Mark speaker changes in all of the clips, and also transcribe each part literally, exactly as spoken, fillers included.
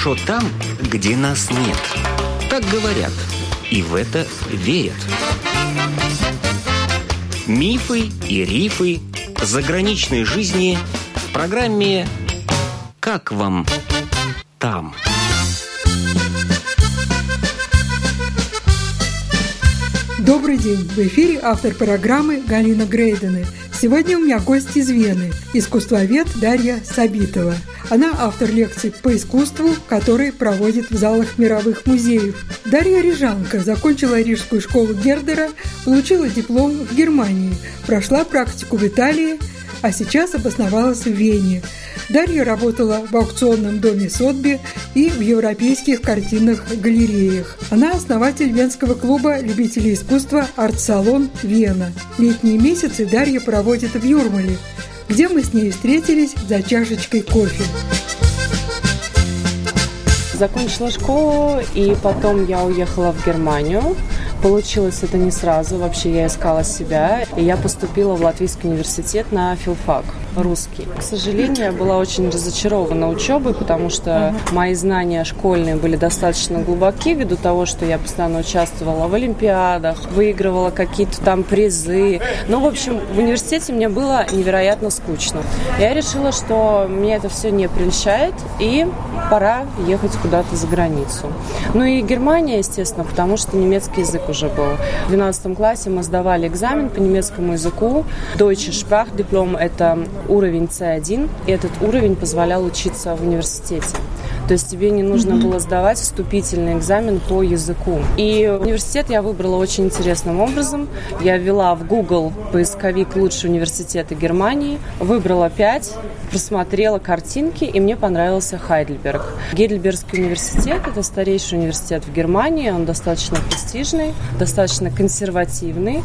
Speaker 1: хорошо там, где нас нет. Так говорят, и в это верят. Мифы и рифы заграничной жизни в программе «Как вам там?».
Speaker 2: Добрый день! В эфире автор программы Галина Грейдены. Сегодня у меня гость из Вены, искусствовед Дарья Сабитова. Она автор лекций по искусству, которые проводит в залах мировых музеев. Дарья рижанка, закончила Рижскую школу Гердера, получила диплом в Германии, прошла практику в Италии, а сейчас обосновалась в Вене. Дарья работала в аукционном доме Сотби и в европейских картинных галереях. Она основатель венского клуба любителей искусства «Арт-салон Вена». Летние месяцы Дарья проводит в Юрмале, где мы с ней встретились за чашечкой кофе.
Speaker 3: Закончила школу, и потом я уехала в Германию. Получилось это не сразу, вообще я искала себя, и я поступила в Латвийский университет на филфак, русский. К сожалению, я была очень разочарована учебой, потому что мои знания школьные были достаточно глубоки, ввиду того, что я постоянно участвовала в олимпиадах, выигрывала какие-то там призы. Ну, в общем, в университете мне было невероятно скучно. Я решила, что меня это все не прельщает, и пора ехать куда-то за границу. Ну и Германия, естественно, потому что немецкий язык уже был. В двенадцатом классе мы сдавали экзамен по немецкому языку. Deutsche Sprachdiplom – это уровень си один, и этот уровень позволял учиться в университете. То есть тебе не нужно mm-hmm. было сдавать вступительный экзамен по языку. И университет я выбрала очень интересным образом. Я ввела в Google поисковик «Лучшие университеты Германии», выбрала пять, просмотрела картинки, и мне понравился Хайдельберг. Гейдельбергский университет – это старейший университет в Германии, он достаточно престижный, достаточно консервативный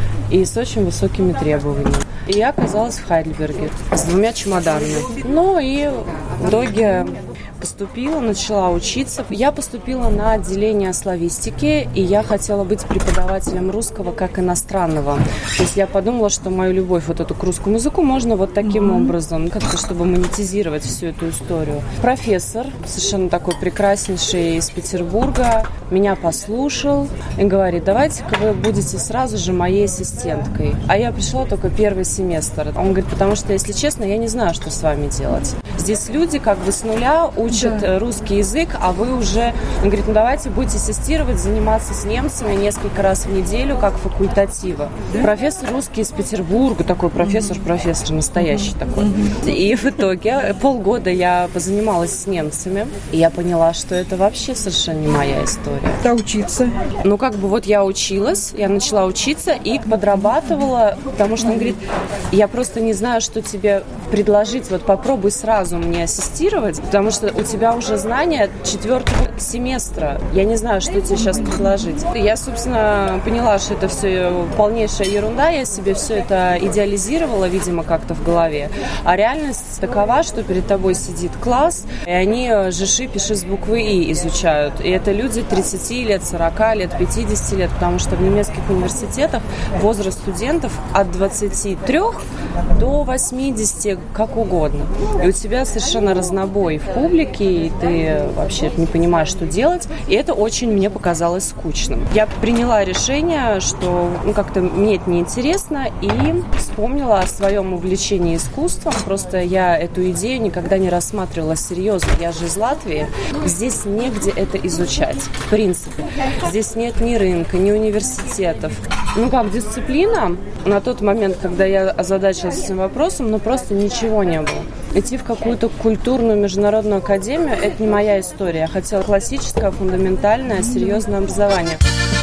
Speaker 3: и с очень высокими требованиями. И я оказалась в Хайдельберге с двумя чемоданами. Ну и в итоге поступила, начала учиться. Я поступила на отделение славистики, и я хотела быть преподавателем русского как иностранного. То есть я подумала, что мою любовь вот эту к русскому языку можно вот таким mm-hmm. образом, как-то, чтобы монетизировать всю эту историю. Профессор, совершенно такой прекраснейший, из Петербурга, меня послушал и говорит: давайте-ка вы будете сразу же моей ассистенткой. А я пришла только первый семестр. Он говорит: потому что, если честно, я не знаю, что с вами делать. Здесь люди как бы с нуля учат да. русский язык, а вы уже... Он говорит: ну давайте будете ассистировать, заниматься с немцами несколько раз в неделю, как факультатива. Да? Профессор русский из Петербурга, такой профессор-профессор, настоящий mm-hmm. такой. Mm-hmm. И в итоге полгода я позанималась с немцами, и я поняла, что это вообще совершенно не моя история.
Speaker 2: Да, учиться?
Speaker 3: Ну как бы вот я училась, я начала учиться и подрабатывала, потому что он говорит: я просто не знаю, что тебе предложить, вот попробуй сразу мне ассистировать, потому что у тебя уже знания четвертого семестра. Я не знаю, что тебе сейчас предложить. Я, собственно, поняла, что это все полнейшая ерунда. Я себе все это идеализировала, видимо, как-то в голове. А реальность такова, что перед тобой сидит класс, и они жиши, пиши с буквы И изучают. И это люди тридцати лет, сорока лет, пятидесяти лет, потому что в немецких университетах возраст студентов от двадцати трёх до восьмидесяти, как угодно. И у тебя совершенно разнобой в публике, и ты вообще не понимаешь, что делать. И это очень мне показалось скучным. Я приняла решение, что ну, как-то мне это неинтересно, и вспомнила о своем увлечении искусством. Просто я эту идею никогда не рассматривала серьезно. Я же из Латвии. Здесь негде это изучать, в принципе. Здесь нет ни рынка, ни университетов. Ну, как дисциплина, на тот момент, когда я озадачилась этим вопросом, ну, просто ничего не было. Идти в какую-то культурную международную академию – это не моя история. Я хотела классическое, фундаментальное, серьезное образование.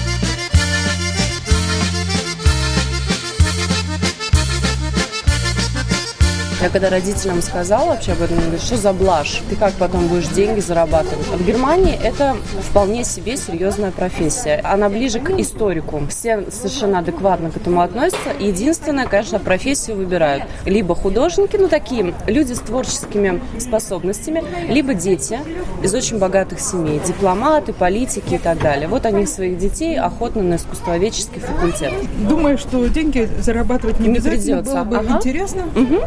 Speaker 3: Я когда родителям сказала вообще об этом, они говорят: что за блажь? Ты как потом будешь деньги зарабатывать? В Германии это вполне себе серьезная профессия. Она ближе к историку. Все совершенно адекватно к этому относятся. Единственное, конечно, профессию выбирают. Либо художники, ну такие люди с творческими способностями, либо дети из очень богатых семей. Дипломаты, политики и так далее. Вот они своих детей охотно на искусствоведческий факультет.
Speaker 2: Думаю, что деньги зарабатывать не, не обязательно,
Speaker 3: придется.
Speaker 2: Было бы
Speaker 3: ага.
Speaker 2: интересно,
Speaker 3: угу.
Speaker 2: приятно.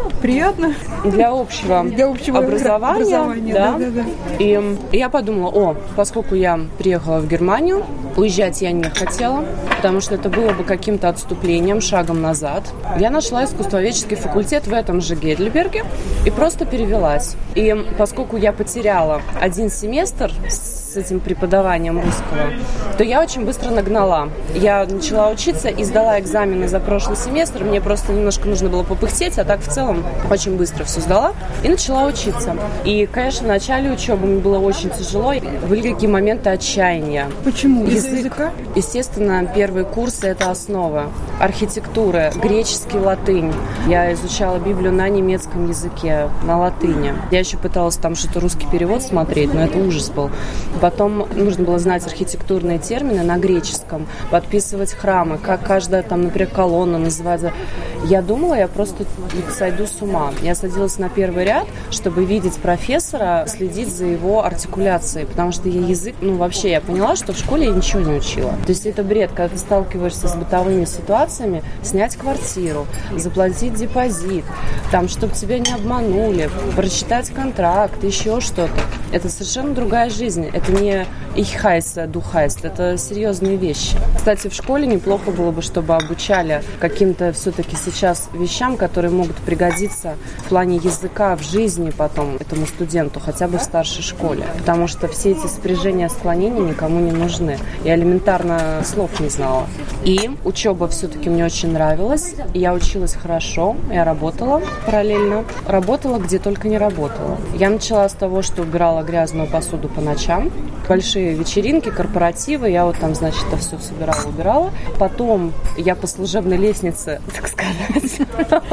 Speaker 2: понятно.
Speaker 3: Для общего,
Speaker 2: Для общего
Speaker 3: образования.
Speaker 2: образования
Speaker 3: Да.
Speaker 2: Да, да, да.
Speaker 3: И я подумала, о, поскольку я приехала в Германию, уезжать я не хотела, потому что это было бы каким-то отступлением, шагом назад. Я нашла искусствоведческий факультет в этом же Гейдельберге и просто перевелась. И поскольку я потеряла один семестр с этим преподаванием русского, то я очень быстро нагнала. Я начала учиться и сдала экзамены за прошлый семестр. Мне просто немножко нужно было попыхтеть, а так в целом очень быстро все сдала и начала учиться. И, конечно, в начале учебы мне было очень тяжело. Были какие моменты отчаяния.
Speaker 2: Почему? Из-за
Speaker 3: Язык,
Speaker 2: языка?
Speaker 3: естественно, первые курсы – это основа. Архитектура, греческий, латынь. Я изучала Библию на немецком языке, на латыни. Я еще пыталась там что-то русский перевод смотреть, но это ужас был. Потом нужно было знать архитектурные термины на греческом, подписывать храмы, как каждая там, например, колонна называется. Я думала, я просто сойду с ума. Я садилась на первый ряд, чтобы видеть профессора, следить за его артикуляцией, потому что я язык, ну вообще, я поняла, что в школе я ничего не учила. То есть это бред, когда ты сталкиваешься с бытовыми ситуациями, снять квартиру, заплатить депозит, там, чтобы тебя не обманули, прочитать контракт, еще что-то. Это совершенно другая жизнь. Это не ich heiße, du heißt. Это серьезные вещи. Кстати, в школе неплохо было бы, чтобы обучали каким-то все-таки сейчас вещам, которые могут пригодиться в плане языка в жизни потом этому студенту, хотя бы в старшей школе. Потому что все эти спряжения склонений никому не нужны. Я элементарно слов не знала. И учеба все-таки мне очень нравилась. Я училась хорошо, я работала параллельно. Работала, где только не работала. Я начала с того, что убирала грязную посуду по ночам. Большие вечеринки, корпоративы. Я вот там, значит, это все собирала, убирала. Потом я по служебной лестнице, так сказать,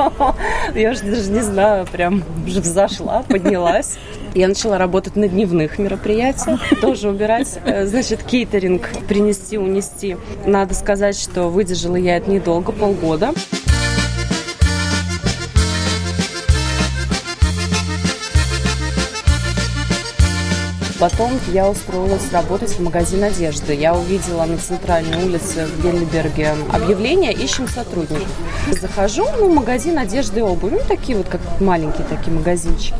Speaker 3: я уже даже не знаю, прям уже взошла, поднялась. Я начала работать на дневных мероприятиях, тоже убирать, значит, кейтеринг, принести, унести. Надо сказать, что выдержала я это недолго, полгода. Потом я устроилась работать в магазин одежды. Я увидела на центральной улице в Гейдельберге объявление «Ищем сотрудников». Захожу, ну, в магазин одежды и обуви. Ну, такие вот, как маленькие такие магазинчики.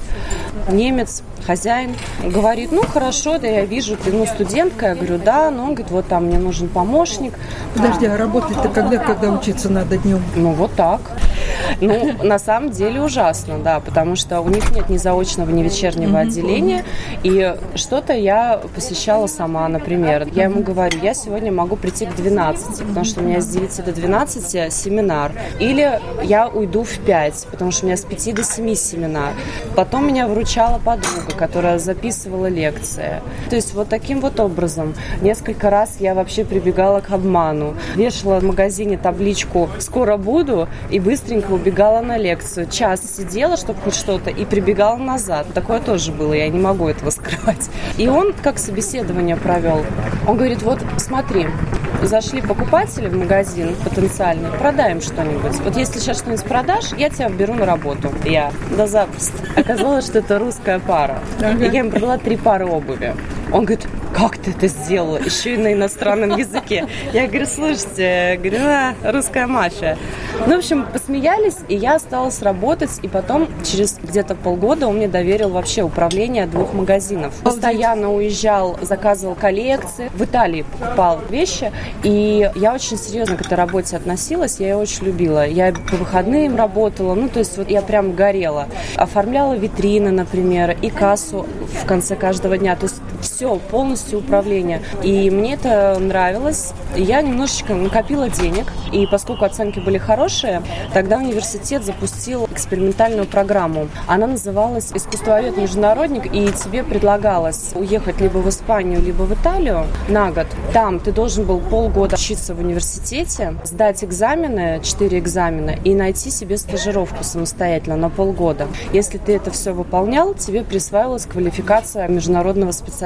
Speaker 3: Немец, хозяин, говорит, ну, хорошо, да я вижу, ты, ну, студентка. Я говорю, да. Ну, он говорит, вот там мне нужен помощник.
Speaker 2: Подожди, а работать-то когда, когда учиться надо днем?
Speaker 3: Ну, вот так. Ну, на самом деле ужасно, да, потому что у них нет ни заочного, ни вечернего mm-hmm. отделения, и что-то я посещала сама, например. Я ему говорю, я сегодня могу прийти к двенадцати, потому что у меня с девяти до двенадцати семинар, или я уйду в пять, потому что у меня с пяти до семи семинар. Потом меня выручала подруга, которая записывала лекции. То есть вот таким вот образом. Несколько раз я вообще прибегала к обману. Вешала в магазине табличку «Скоро буду» и быстренько убегала на лекцию. Час сидела, чтобы хоть что-то, и прибегала назад. Такое тоже было, я не могу этого скрывать. И он как собеседование провел. Он говорит, вот смотри, зашли покупатели в магазин потенциальный, продаем что-нибудь. Вот если сейчас что-нибудь продашь, я тебя беру на работу. Я, да запросто. Оказалось, что это русская пара. Ага. И я им продала три пары обуви. Он говорит, как ты это сделала? Еще и на иностранном языке. Я говорю, слушайте, я говорю, а, русская мафия. Ну, в общем, посмеялись, и я осталась работать. И потом, через где-то полгода, он мне доверил вообще управление двух магазинов. Постоянно уезжал, заказывал коллекции. В Италии покупал вещи. И я очень серьезно к этой работе относилась. Я ее очень любила. Я по выходным работала. Ну, то есть вот я прям горела. Оформляла витрины, например, и кассу в конце каждого дня. То есть все, полностью управление. И мне это нравилось. Я немножечко накопила денег. И поскольку оценки были хорошие, тогда университет запустил экспериментальную программу. Она называлась «Искусствовед-международник», и тебе предлагалось уехать либо в Испанию, либо в Италию на год. Там ты должен был полгода учиться в университете, сдать экзамены, четыре экзамена, и найти себе стажировку самостоятельно на полгода. Если ты это все выполнял, тебе присваивалась квалификация международного специалиста.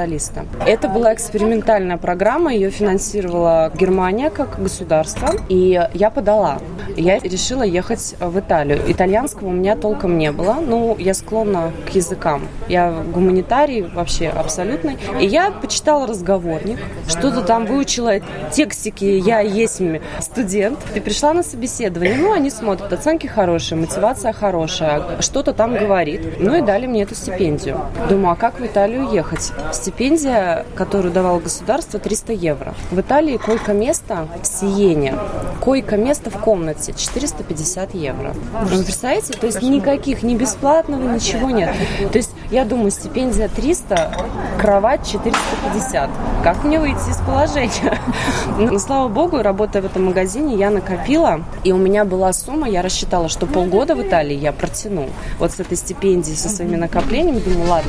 Speaker 3: специалиста. Это была экспериментальная программа, ее финансировала Германия как государство, и я подала. Я решила ехать в Италию. Итальянского у меня толком не было, но я склонна к языкам. Я гуманитарий вообще абсолютный. И я почитала разговорник, что-то там выучила, текстики, я есть студент. И пришла на собеседование. Ну, они смотрят, оценки хорошие, мотивация хорошая, что-то там говорит. Ну и дали мне эту стипендию. Думаю, а как в Италию ехать? Стипендия, которую давало государство, триста евро. В Италии койко-место в Сиене, койко-место в комнате четыреста пятьдесят евро. Вы представляете? То есть никаких, ни бесплатного, ничего нет. То есть я думаю, стипендия триста, кровать четыреста пятьдесят. Как мне выйти из положения? Но, слава богу, работая в этом магазине, я накопила, и у меня была сумма, я рассчитала, что полгода в Италии я протяну. Вот с этой стипендией, со своими накоплениями, думаю, ладно.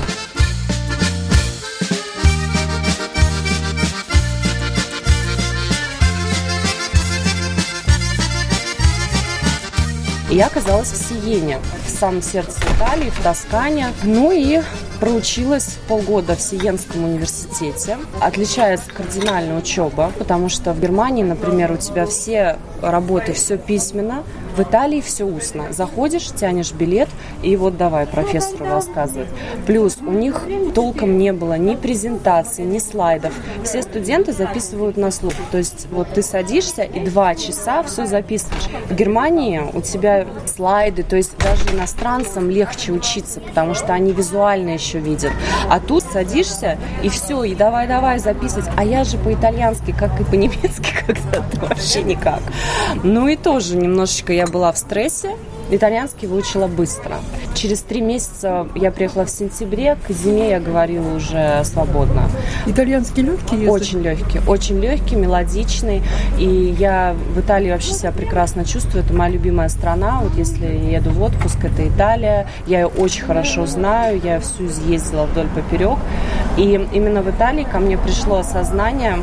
Speaker 3: И я оказалась в Сиене, в самом сердце Италии, в Тоскане. Ну и проучилась полгода в Сиенском университете. Отличается кардинально учеба, потому что в Германии, например, у тебя все работы, все письменно, в Италии все устно. Заходишь, тянешь билет, и вот давай профессору рассказывать. Плюс у них толком не было ни презентаций, ни слайдов. Все студенты записывают на слух. То есть вот ты садишься и два часа все записываешь. В Германии у тебя слайды, то есть даже иностранцам легче учиться, потому что они визуально еще видят. А тут садишься и все, и давай-давай записывать. А я же по-итальянски, как и по-немецки, когда-то вообще никак. Ну и тоже немножечко я была в стрессе. Итальянский выучила быстро. Через три месяца я приехала в сентябре, к зиме я говорила уже свободно.
Speaker 2: Итальянский легкий язык?
Speaker 3: Очень легкий, очень легкий, мелодичный. И я в Италии вообще себя прекрасно чувствую. Это моя любимая страна. Вот если я еду в отпуск, это Италия. Я ее очень хорошо знаю. Я всю изъездила вдоль поперек. И именно в Италии ко мне пришло осознание,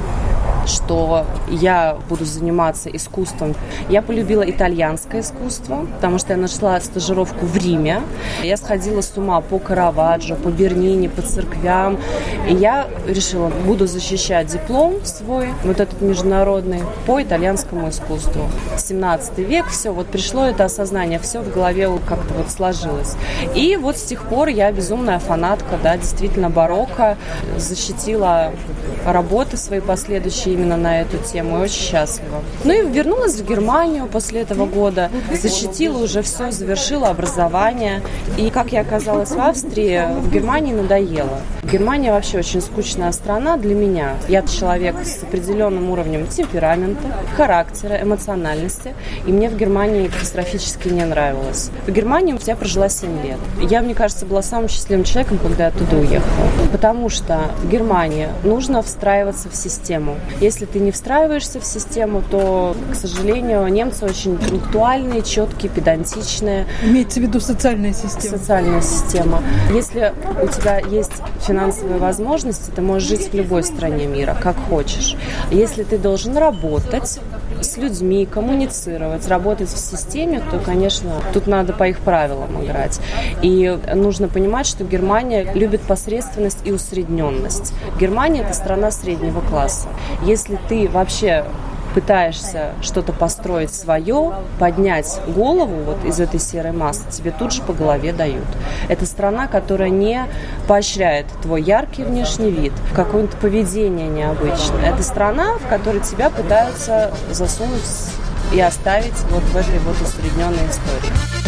Speaker 3: что я буду заниматься искусством. Я полюбила итальянское искусство, потому что я нашла стажировку в Риме. Я сходила с ума по Караваджо, по Бернини, по церквям. И я решила, буду защищать диплом свой, вот этот международный, по итальянскому искусству. семнадцатый век, все, вот пришло это осознание, все в голове как-то вот сложилось. И вот с тех пор я безумная фанатка, да, действительно барокко, защитила работы свои последующие именно на эту тему, и очень счастлива. Ну и вернулась в Германию после этого года, защитила уже все, завершила образование. И как я оказалась в Австрии, в Германии надоело. Германия вообще очень скучная страна для меня. Я человек с определенным уровнем темперамента, характера, эмоциональности, и мне в Германии катастрофически не нравилось. В Германии я прожила семь лет. Я, мне кажется, была самым счастливым человеком, когда я оттуда уехала. Потому что в Германии нужно встраиваться в систему. Если ты не встраиваешься в систему, то, к сожалению, немцы очень пунктуальные, четкие, педантичные.
Speaker 2: Имеется в виду социальная система.
Speaker 3: Социальная система. Если у тебя есть финансовые возможности, ты можешь жить в любой стране мира, как хочешь. Если ты должен работать с людьми, коммуницировать, работать в системе, то, конечно, тут надо по их правилам играть. И нужно понимать, что Германия любит посредственность и усредненность. Германия – это страна среднего класса. Если ты вообще пытаешься что-то построить свое, поднять голову вот из этой серой массы, тебе тут же по голове дают. Это страна, которая не поощряет твой яркий внешний вид, какое-то поведение необычное. Это страна, в которой тебя пытаются засунуть и оставить вот в этой вот усредненной истории.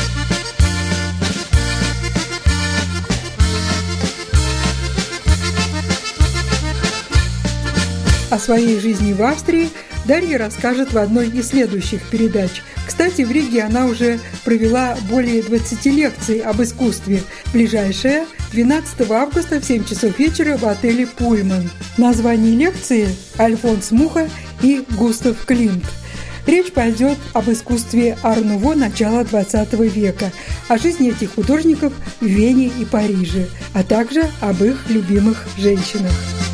Speaker 2: О своей жизни в Австрии Дарья расскажет в одной из следующих передач. Кстати, в Риге она уже провела более двадцати лекций об искусстве. Ближайшая – двенадцатого августа в семь часов вечера в отеле «Пульман». Название лекции – Альфонс Муха и Густав Климт. Речь пойдет об искусстве ар-нуво начала двадцатого века, о жизни этих художников в Вене и Париже, а также об их любимых женщинах.